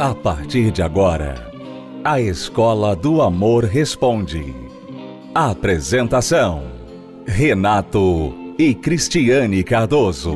A partir de agora, a Escola do Amor Responde. Apresentação: Renato e Cristiane Cardoso.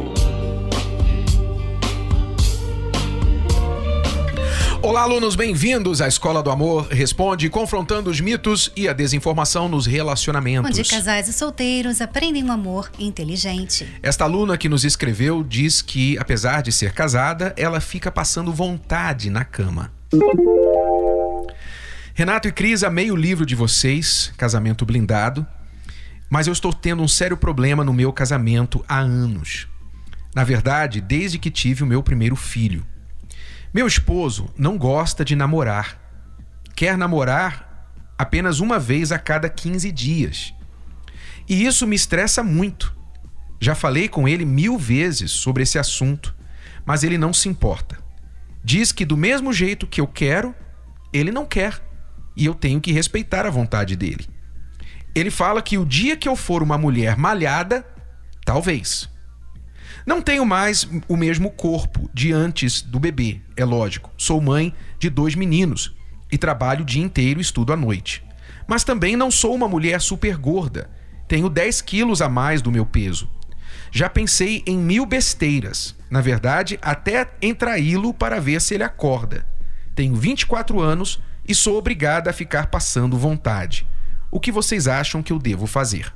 Olá, alunos, bem-vindos à Escola do Amor Responde, confrontando os mitos e a desinformação nos relacionamentos. Onde casais e solteiros aprendem um amor inteligente. Esta aluna que nos escreveu diz que, apesar de ser casada, ela fica passando vontade na cama. Renato e Cris, amei o livro de vocês, Casamento Blindado, mas eu estou tendo um sério problema no meu casamento há anos. Na verdade, desde que tive o meu primeiro filho. Meu esposo não gosta de namorar. Quer namorar apenas uma vez a cada 15 dias. E isso me estressa muito. Já falei com ele 1000 vezes sobre esse assunto, mas ele não se importa. Diz que do mesmo jeito que eu quero, ele não quer. E eu tenho que respeitar a vontade dele. Ele fala que o dia que eu for uma mulher malhada, talvez. Não tenho mais o mesmo corpo de antes do bebê, é lógico. Sou mãe de 2 meninos e trabalho o dia inteiro e estudo à noite. Mas também não sou uma mulher super gorda. Tenho 10 quilos a mais do meu peso. Já pensei em 1000 besteiras. Na verdade, até em traí-lo para ver se ele acorda. Tenho 24 anos e sou obrigada a ficar passando vontade. O que vocês acham que eu devo fazer?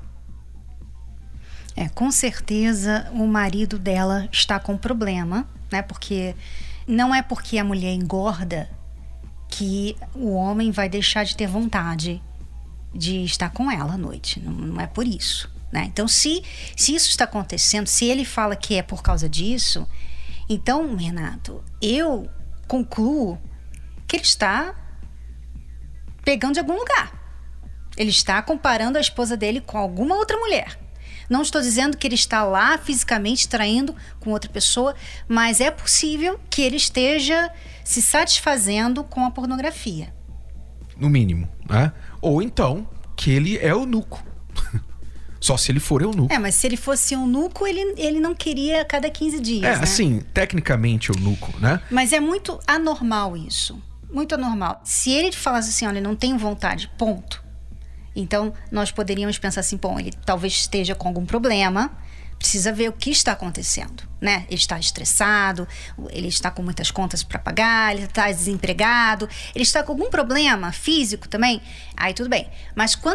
Com certeza o marido dela está com problema, né? Porque não é porque a mulher engorda que o homem vai deixar de ter vontade de estar com ela à noite. Não é por isso, né? Então, se isso está acontecendo, se ele fala que é por causa disso, então, Renato, eu concluo que ele está pegando de algum lugar. Ele está comparando a esposa dele com alguma outra mulher. Não estou dizendo que ele está lá fisicamente traindo com outra pessoa, mas é possível que ele esteja se satisfazendo com a pornografia. No mínimo, né? Ou então que ele é eunuco. Só se ele for eunuco. Mas se ele fosse eunuco, ele não queria a cada 15 dias, né? Assim, tecnicamente eunuco, né? Mas é muito anormal isso. Muito anormal. Se ele falasse assim, olha, não tenho vontade, ponto. Então, nós poderíamos pensar assim, bom, ele talvez esteja com algum problema, precisa ver o que está acontecendo, né? Ele está estressado, ele está com muitas contas para pagar, ele está desempregado, ele está com algum problema físico também, aí tudo bem. Mas quando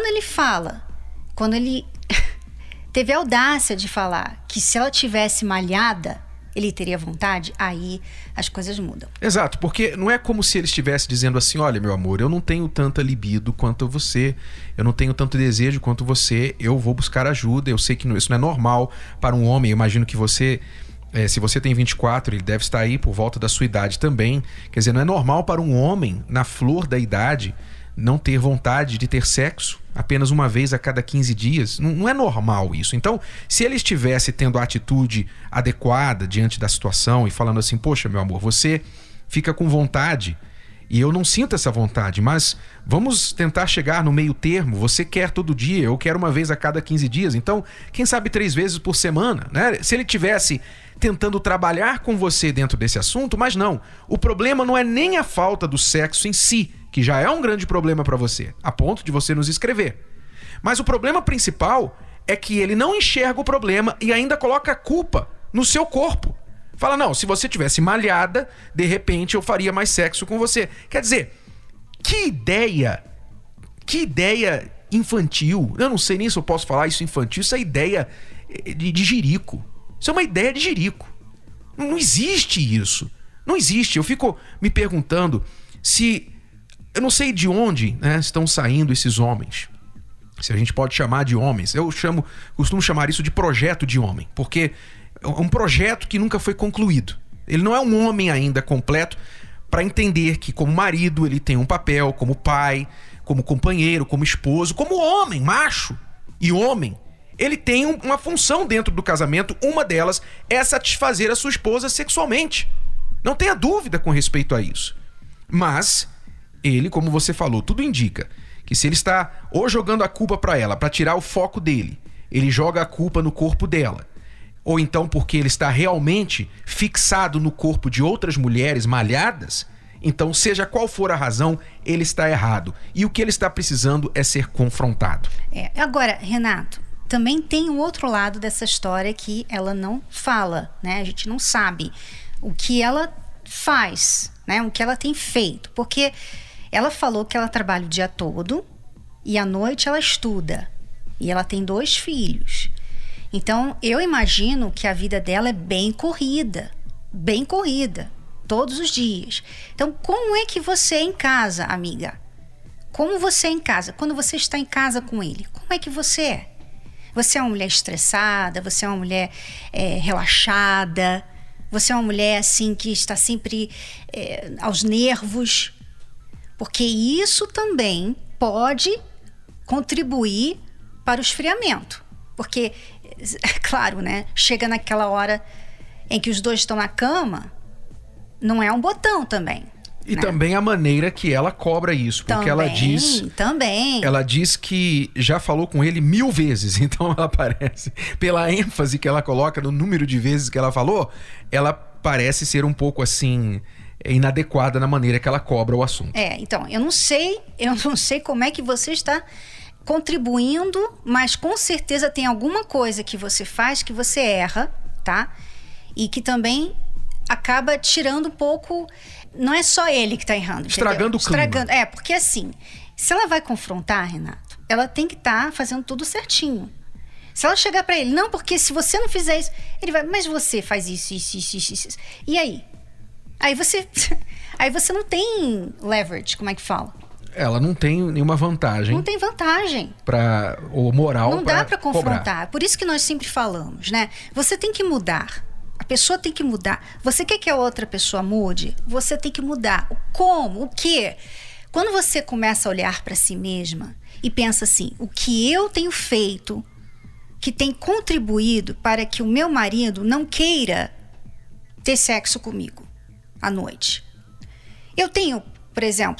ele teve a audácia de falar que se ela tivesse malhada, ele teria vontade, aí as coisas mudam. Exato, porque não é como se ele estivesse dizendo assim, olha, meu amor, eu não tenho tanta libido quanto você, eu não tenho tanto desejo quanto você, eu vou buscar ajuda, eu sei que isso não é normal para um homem, eu imagino que você, se você tem 24, ele deve estar aí por volta da sua idade também, quer dizer, não é normal para um homem, na flor da idade, não ter vontade de ter sexo apenas uma vez a cada 15 dias. Não é normal isso. Então, se ele estivesse tendo a atitude adequada diante da situação e falando assim, poxa, meu amor, você fica com vontade e eu não sinto essa vontade, mas vamos tentar chegar no meio termo. Você quer todo dia, eu quero uma vez a cada 15 dias. Então, quem sabe 3 vezes por semana, né? Se ele tivesse tentando trabalhar com você dentro desse assunto, mas não. O problema não é nem a falta do sexo em si, que já é um grande problema para você, a ponto de você nos escrever. Mas o problema principal é que ele não enxerga o problema e ainda coloca a culpa no seu corpo. Fala, não, se você tivesse malhada, de repente eu faria mais sexo com você. Quer dizer, que ideia infantil. Eu não sei nem se eu posso falar isso infantil, isso é ideia de jirico. Isso é uma ideia de jirico. Não existe isso. Não existe. Eu fico me perguntando se... Eu não sei de onde, né, estão saindo esses homens. Se a gente pode chamar de homens. Eu costumo chamar isso de projeto de homem. Porque é um projeto que nunca foi concluído. Ele não é um homem ainda completo para entender que como marido ele tem um papel, como pai, como companheiro, como esposo, como homem, macho e homem. Ele tem uma função dentro do casamento. Uma delas é satisfazer a sua esposa sexualmente. Não tenha dúvida com respeito a isso. Mas... ele, como você falou, tudo indica que se ele está ou jogando a culpa para ela, para tirar o foco dele, ele joga a culpa no corpo dela. Ou então porque ele está realmente fixado no corpo de outras mulheres malhadas, Então, seja qual for a razão, ele está errado. E o que ele está precisando é ser confrontado. Agora, Renato, também tem um outro lado dessa história que ela não fala, né? A gente não sabe o que ela faz, né? O que ela tem feito. Porque ela falou que ela trabalha o dia todo e à noite ela estuda. E ela tem 2 filhos. Então, eu imagino que a vida dela é bem corrida, todos os dias. Então, como é que você é em casa, amiga? Como você é em casa? Quando você está em casa com ele, como é que você é? Você é uma mulher estressada? Você é uma mulher relaxada? Você é uma mulher assim que está sempre aos nervos? Porque isso também pode contribuir para o esfriamento. Porque, é claro, né? Chega naquela hora em que os 2 estão na cama, não é um botão também. E né? Também a maneira que ela cobra isso. Porque ela diz que já falou com ele 1000 vezes. Então ela parece, pela ênfase que ela coloca no número de vezes que ela falou, ela parece ser um pouco assim, inadequada na maneira que ela cobra o assunto. Então, eu não sei como é que você está contribuindo, mas com certeza tem alguma coisa que você faz que você erra, tá? E que também acaba tirando um pouco... Não é só ele que tá errando. Estragando o clima. Porque assim, se ela vai confrontar, Renato, ela tem que estar fazendo tudo certinho. Se ela chegar pra ele, não, porque se você não fizer isso, ele vai, mas você faz isso. E aí? Aí você não tem leverage, como é que fala? Ela não tem nenhuma vantagem. Não tem vantagem. Ou moral não dá pra confrontar. Cobrar. Por isso que nós sempre falamos, né? Você tem que mudar. A pessoa tem que mudar. Você quer que a outra pessoa mude? Você tem que mudar. Como? O quê? Quando você começa a olhar para si mesma e pensa assim, o que eu tenho feito que tem contribuído para que o meu marido não queira ter sexo comigo à noite? Eu tenho, por exemplo,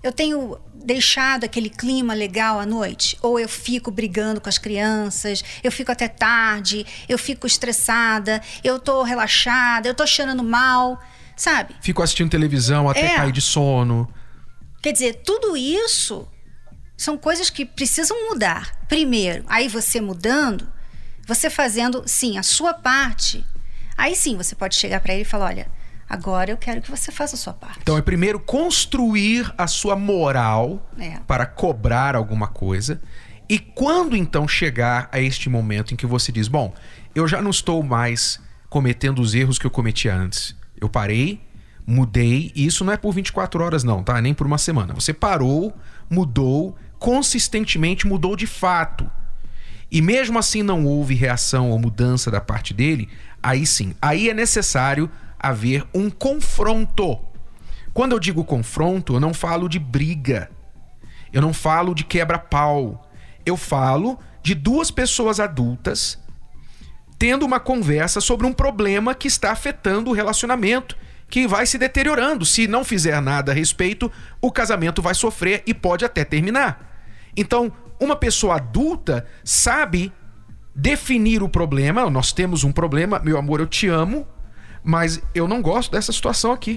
deixado aquele clima legal à noite? Ou eu fico brigando com as crianças, eu fico até tarde, eu fico estressada, eu tô relaxada, eu tô cheirando mal, sabe? Fico assistindo televisão até cair de sono. Quer dizer, tudo isso são coisas que precisam mudar. Primeiro, aí você mudando, você fazendo, sim, a sua parte, aí sim você pode chegar para ele e falar, olha, agora eu quero que você faça a sua parte. Então é primeiro construir a sua moral para cobrar alguma coisa. E quando então chegar a este momento em que você diz, bom, eu já não estou mais cometendo os erros que eu cometia antes. Eu parei, mudei, e isso não é por 24 horas não, tá? Nem por uma semana. Você parou, mudou, consistentemente mudou de fato. E mesmo assim não houve reação ou mudança da parte dele, aí sim, aí é necessário haver um confronto. Quando eu digo confronto, eu não falo de briga. Eu não falo de quebra-pau. Eu falo de 2 pessoas adultas tendo uma conversa sobre um problema que está afetando o relacionamento, que vai se deteriorando. Se não fizer nada a respeito, o casamento vai sofrer e pode até terminar. Então, uma pessoa adulta sabe definir o problema. Nós temos um problema, meu amor, eu te amo, mas eu não gosto dessa situação aqui.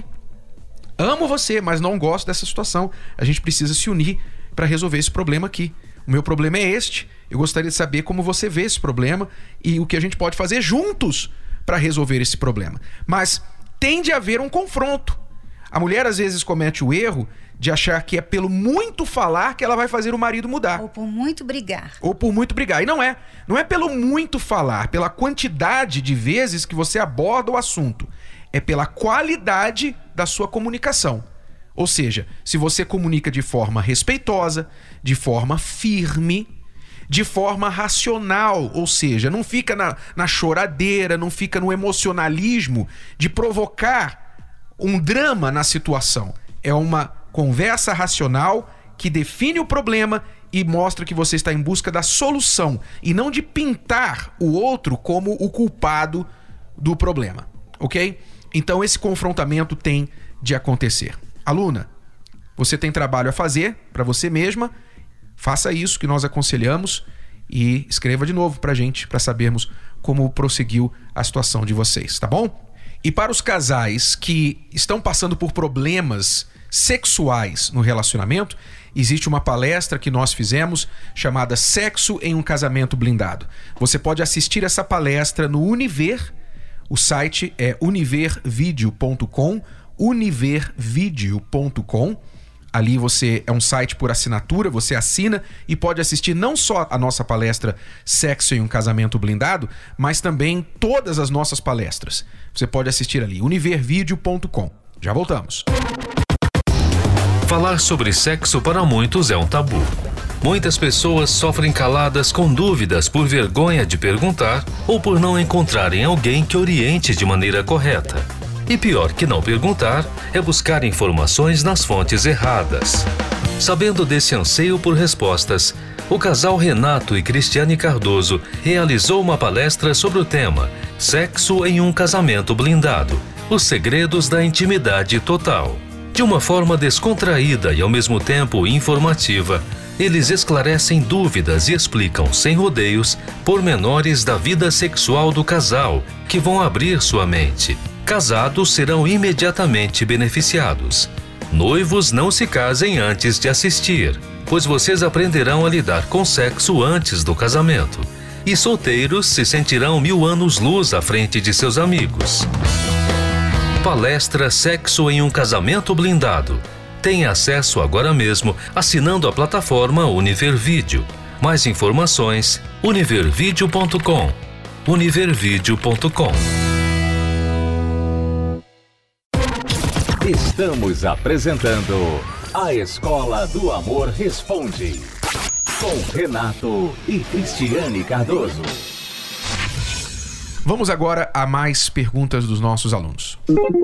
Amo você, mas não gosto dessa situação. A gente precisa se unir para resolver esse problema aqui. O meu problema é este. Eu gostaria de saber como você vê esse problema e o que a gente pode fazer juntos para resolver esse problema. Mas tem de haver um confronto. A mulher às vezes comete o erro de achar que é pelo muito falar que ela vai fazer o marido mudar. Ou por muito brigar. E não é. Não é pelo muito falar, pela quantidade de vezes que você aborda o assunto. É pela qualidade da sua comunicação. Ou seja, se você comunica de forma respeitosa, de forma firme, de forma racional, ou seja, não fica na choradeira, não fica no emocionalismo de provocar um drama na situação. É uma conversa racional que define o problema e mostra que você está em busca da solução e não de pintar o outro como o culpado do problema, ok? Então esse confrontamento tem de acontecer. Aluna, você tem trabalho a fazer para você mesma, faça isso que nós aconselhamos e escreva de novo pra gente, para sabermos como prosseguiu a situação de vocês, tá bom? E para os casais que estão passando por problemas sexuais no relacionamento, existe uma palestra que nós fizemos chamada Sexo em um Casamento Blindado. Você pode assistir essa palestra no Univer. O site é univervideo.com, univervideo.com. Ali é um site por assinatura, você assina e pode assistir não só a nossa palestra Sexo em um Casamento Blindado, mas também todas as nossas palestras. Você pode assistir ali, univervideo.com. Já voltamos. Falar sobre sexo para muitos é um tabu. Muitas pessoas sofrem caladas com dúvidas por vergonha de perguntar ou por não encontrarem alguém que oriente de maneira correta. E pior que não perguntar é buscar informações nas fontes erradas. Sabendo desse anseio por respostas, o casal Renato e Cristiane Cardoso realizou uma palestra sobre o tema Sexo em um Casamento Blindado, os segredos da intimidade total. De uma forma descontraída e ao mesmo tempo informativa, eles esclarecem dúvidas e explicam sem rodeios pormenores da vida sexual do casal que vão abrir sua mente. Casados serão imediatamente beneficiados. Noivos não se casem antes de assistir, pois vocês aprenderão a lidar com sexo antes do casamento. E solteiros se sentirão 1000 anos-luz à frente de seus amigos. Palestra Sexo em um Casamento Blindado. Tenha acesso agora mesmo assinando a plataforma Univervideo. Mais informações, univervideo.com. univervideo.com. Estamos apresentando A Escola do Amor Responde, com Renato e Cristiane Cardoso. Vamos agora a mais perguntas dos nossos alunos.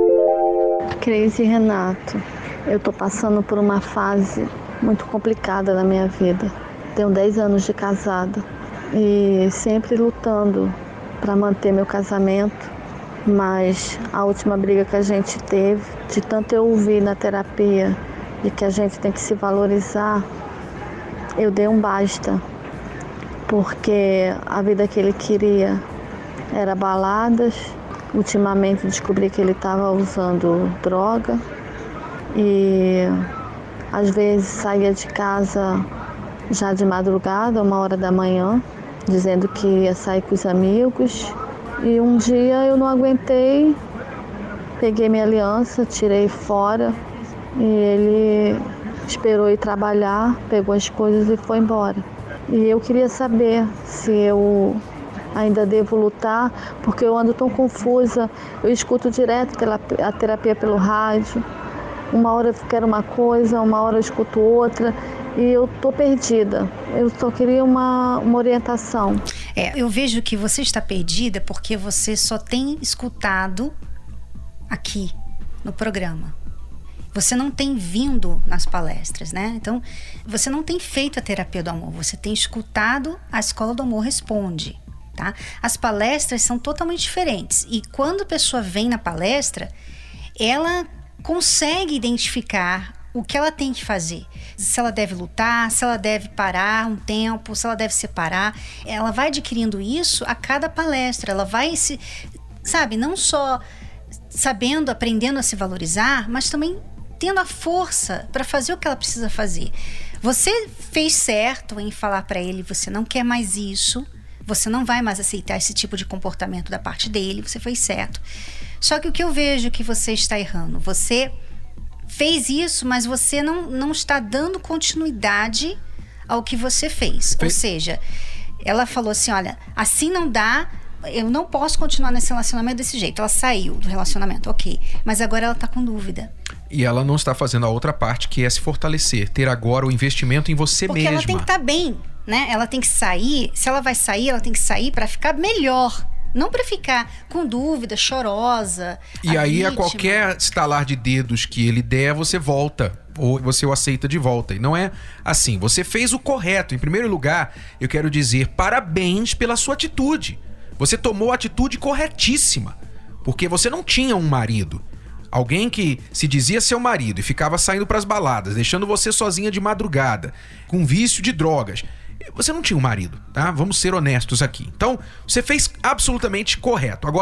Cris e Renato, eu tô passando por uma fase muito complicada na minha vida. Tenho 10 anos de casada e sempre lutando para manter meu casamento. Mas a última briga que a gente teve, de tanto eu ouvir na terapia de que a gente tem que se valorizar, eu dei um basta, porque a vida que ele queria era baladas. Ultimamente descobri que ele estava usando droga e às vezes saía de casa já de madrugada, 1h da manhã, dizendo que ia sair com os amigos. E um dia eu não aguentei, peguei minha aliança, tirei fora e ele esperou ir trabalhar, pegou as coisas e foi embora. E eu queria saber se eu ainda devo lutar, porque eu ando tão confusa, eu escuto direto a terapia pelo rádio, uma hora eu quero uma coisa, uma hora eu escuto outra, e eu tô perdida. Eu só queria uma orientação. Eu vejo que você está perdida porque você só tem escutado aqui no programa. Você não tem vindo nas palestras, né? Então, você não tem feito a terapia do amor, você tem escutado a Escola do Amor Responde, tá? As palestras são totalmente diferentes e quando a pessoa vem na palestra, ela consegue identificar o que ela tem que fazer. Se ela deve lutar, se ela deve parar um tempo, se ela deve separar. Ela vai adquirindo isso a cada palestra. Ela vai não só sabendo, aprendendo a se valorizar, mas também tendo a força para fazer o que ela precisa fazer. Você fez certo em falar para ele, você não quer mais isso, você não vai mais aceitar esse tipo de comportamento da parte dele, você fez certo. Só que o que eu vejo que você está errando, você fez isso, mas você não está dando continuidade ao que você fez. Ou seja, ela falou assim, olha, assim não dá, eu não posso continuar nesse relacionamento desse jeito. Ela saiu do relacionamento, ok. Mas agora ela está com dúvida. E ela não está fazendo a outra parte, que é se fortalecer, ter agora o investimento em você mesma. Porque ela tem que estar bem, né? Ela tem que sair, se ela vai sair, ela tem que sair para ficar melhor. Não para ficar com dúvida, chorosa. E aí, a qualquer estalar de dedos que ele der, você volta. Ou você o aceita de volta. E não é assim. Você fez o correto. Em primeiro lugar, eu quero dizer parabéns pela sua atitude. Você tomou a atitude corretíssima. Porque você não tinha um marido. Alguém que se dizia seu marido e ficava saindo pras baladas, deixando você sozinha de madrugada, com vício de drogas. Você não tinha um marido, tá? Vamos ser honestos aqui. Então, você fez absolutamente correto. Agora,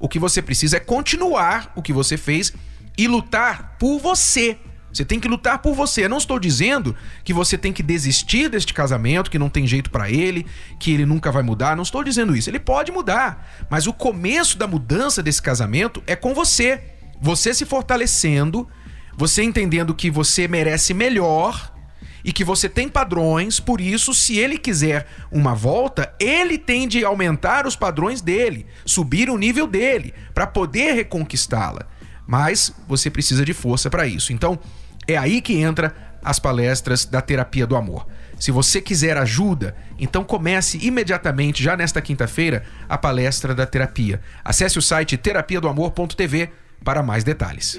O que você precisa é continuar o que você fez e lutar por você. Você tem que lutar por você. Eu não estou dizendo que você tem que desistir deste casamento, que não tem jeito pra ele, que ele nunca vai mudar. Não estou dizendo isso. Ele pode mudar. Mas o começo da mudança desse casamento é com você. Você se fortalecendo, você entendendo que você merece melhor e que você tem padrões. Por isso, se ele quiser uma volta, ele tem de aumentar os padrões dele, subir o nível dele, para poder reconquistá-la. Mas você precisa de força para isso. Então, é aí que entra as palestras da Terapia do Amor. Se você quiser ajuda, então comece imediatamente, já nesta quinta-feira, a palestra da terapia. Acesse o site terapiadoamor.tv para mais detalhes.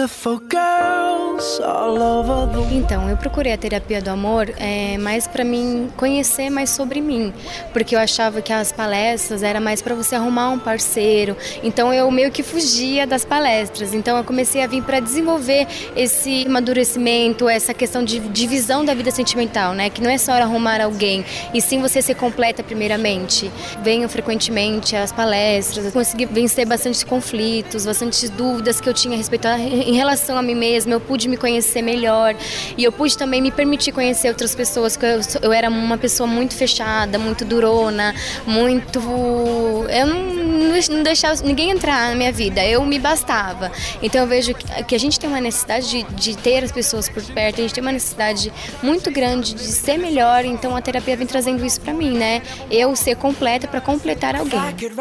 Então, eu procurei a Terapia do Amor mais para mim conhecer mais sobre mim, porque eu achava que as palestras era mais para você arrumar um parceiro. Então, eu meio que fugia das palestras. Então, eu comecei a vir para desenvolver esse amadurecimento, essa questão de divisão da vida sentimental, né? Que não é só arrumar alguém, e sim você ser completa primeiramente. Venho frequentemente às palestras, consegui vencer bastante conflitos, bastante dúvidas que eu tinha a respeito em relação a mim mesma. Eu pude me conhecer melhor e eu pude também me permitir conhecer outras pessoas, que eu era uma pessoa muito fechada, muito durona, muito... Eu não deixava ninguém entrar na minha vida, eu me bastava. Então eu vejo que a gente tem uma necessidade de ter as pessoas por perto, a gente tem uma necessidade muito grande de ser melhor, então a terapia vem trazendo isso pra mim, né? Eu ser completa pra completar alguém.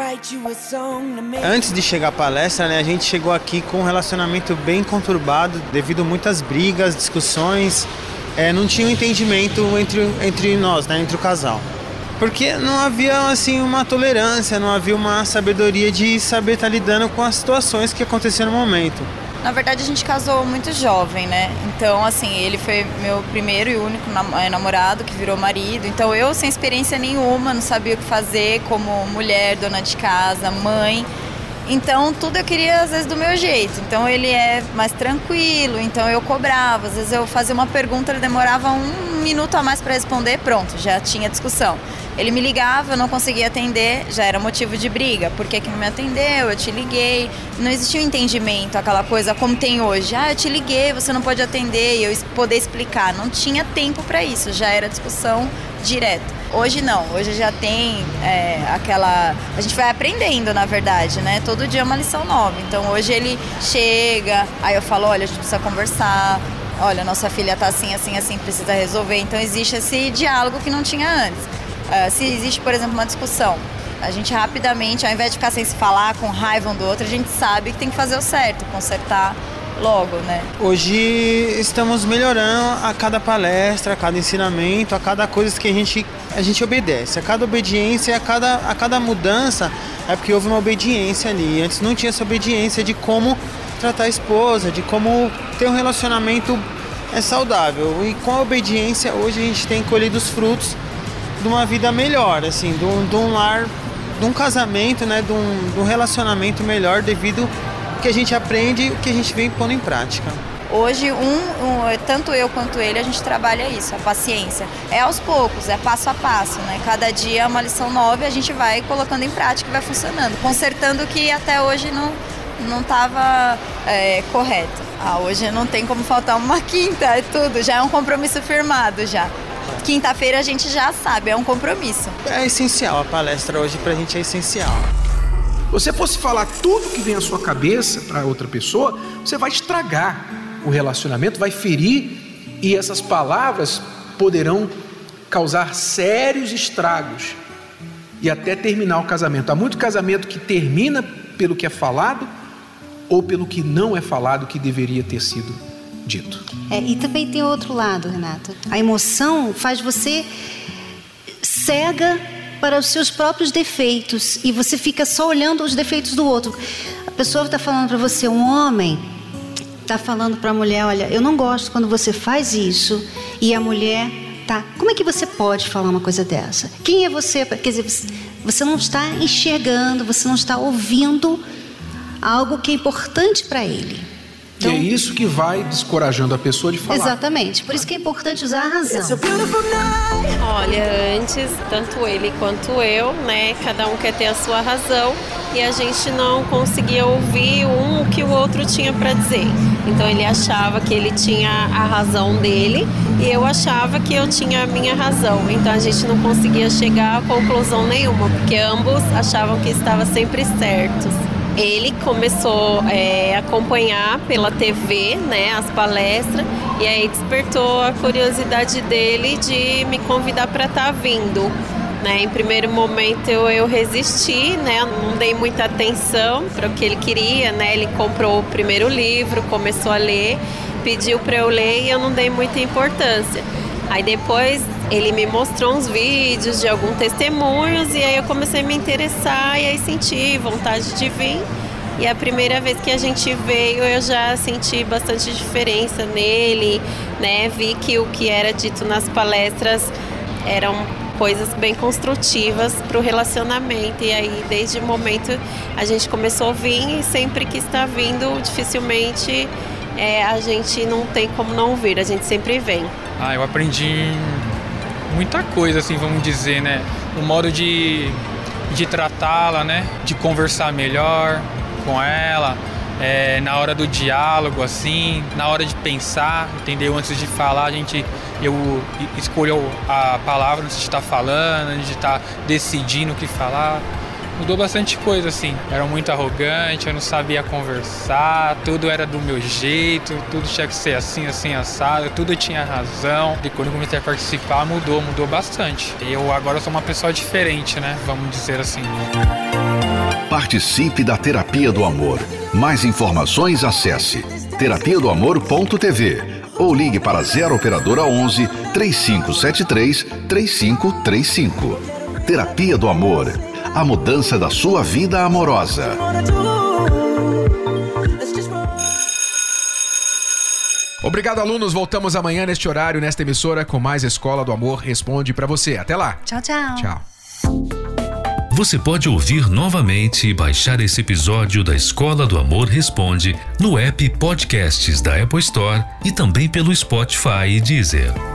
Antes de chegar à palestra, né, a gente chegou aqui com um relacionamento bem conturbado, devido a muitas brigas, discussões, não tinha um entendimento entre nós, né, entre o casal. Porque não havia assim uma tolerância, não havia uma sabedoria de saber estar lidando com as situações que aconteciam no momento. Na verdade, a gente casou muito jovem, né? Então, assim, ele foi meu primeiro e único namorado que virou marido. Então, eu, sem experiência nenhuma, não sabia o que fazer como mulher, dona de casa, mãe. Então, tudo eu queria, às vezes, do meu jeito. Então, ele é mais tranquilo, então eu cobrava. Às vezes, eu fazia uma pergunta, ele demorava 1 minuto a mais para responder, pronto, já tinha discussão. Ele me ligava, eu não conseguia atender, já era motivo de briga. Por que não me atendeu? Eu te liguei. Não existia um entendimento, aquela coisa como tem hoje. Eu te liguei, você não pode atender, e eu poder explicar. Não tinha tempo para isso, já era discussão direta. Hoje não, hoje já tem aquela... A gente vai aprendendo, na verdade, né? Todo dia é uma lição nova. Então hoje ele chega, aí eu falo, olha, a gente precisa conversar. Olha, nossa filha tá assim, assim, assim, precisa resolver. Então existe esse diálogo que não tinha antes. Se existe, por exemplo, uma discussão, a gente rapidamente, ao invés de ficar sem se falar, com raiva um do outro, a gente sabe que tem que fazer o certo, consertar logo, né? Hoje estamos melhorando a cada palestra, a cada ensinamento, a cada coisa que a gente obedece. A cada obediência, a cada mudança, é porque houve uma obediência ali. Antes não tinha essa obediência de como tratar a esposa, de como ter um relacionamento saudável. E com a obediência, hoje a gente tem colhido os frutos de uma vida melhor, assim, de um lar, de um casamento, né, de um relacionamento melhor, devido ao que a gente aprende e o que a gente vem pondo em prática. Hoje, tanto eu quanto ele, a gente trabalha isso, a paciência. É aos poucos, é passo a passo, né? Cada dia é uma lição nova e a gente vai colocando em prática e vai funcionando, consertando o que até hoje não estava correto. Hoje não tem como faltar uma quinta, é tudo, já é um compromisso firmado já. Quinta-feira a gente já sabe, é um compromisso. É essencial, a palestra hoje pra gente é essencial. Se você fosse falar tudo que vem à sua cabeça para outra pessoa, você vai estragar o relacionamento, vai ferir, e essas palavras poderão causar sérios estragos e até terminar o casamento. Há muito casamento que termina pelo que é falado ou pelo que não é falado, que deveria ter sido dito. E também tem outro lado, Renato. A emoção faz você cega para os seus próprios defeitos e você fica só olhando os defeitos do outro. A pessoa está falando para você, um homem está falando para a mulher, olha, eu não gosto quando você faz isso, e a mulher tá, como é que você pode falar uma coisa dessa? Quem é você? Quer dizer, você não está enxergando, você não está ouvindo algo que é importante para ele. Então, e é isso que vai descorajando a pessoa de falar. Exatamente, por isso que é importante usar a razão. Olha, antes, tanto ele quanto eu, né, cada um quer ter a sua razão, e a gente não conseguia ouvir o que o outro tinha para dizer. Então ele achava que ele tinha a razão dele e eu achava que eu tinha a minha razão. Então a gente não conseguia chegar a conclusão nenhuma, porque ambos achavam que estavam sempre certos. Ele começou a acompanhar pela TV, né, as palestras, e aí despertou a curiosidade dele de me convidar para estar vindo. Né, em primeiro momento eu resisti, né, não dei muita atenção para o que ele queria, né, ele comprou o primeiro livro, começou a ler, pediu para eu ler e eu não dei muita importância. Aí depois ele me mostrou uns vídeos de alguns testemunhos e aí eu comecei a me interessar e aí senti vontade de vir. E a primeira vez que a gente veio eu já senti bastante diferença nele, né, vi que o que era dito nas palestras eram coisas bem construtivas para o relacionamento. E aí, desde o momento, a gente começou a vir e sempre que está vindo, dificilmente a gente não tem como não vir, a gente sempre vem. Eu aprendi muita coisa, assim, vamos dizer, né? O modo de tratá-la, né? De conversar melhor com ela, na hora do diálogo, assim, na hora de pensar, entendeu? Antes de falar, eu escolho a palavra antes de estar falando, antes de estar decidindo o que falar. Mudou bastante coisa, assim. Era muito arrogante, eu não sabia conversar, tudo era do meu jeito, tudo tinha que ser assim, assim, assado, tudo tinha razão. E quando eu comecei a participar, mudou bastante. Eu agora sou uma pessoa diferente, né? Vamos dizer assim. Participe da Terapia do Amor. Mais informações, acesse terapiadoamor.tv ou ligue para 0 operadora 11 3573 3535. Terapia do Amor. A mudança da sua vida amorosa. Obrigado, alunos. Voltamos amanhã neste horário, nesta emissora, com mais Escola do Amor Responde para você. Até lá. Tchau, tchau. Tchau. Você pode ouvir novamente e baixar esse episódio da Escola do Amor Responde no app Podcasts da Apple Store e também pelo Spotify e Deezer.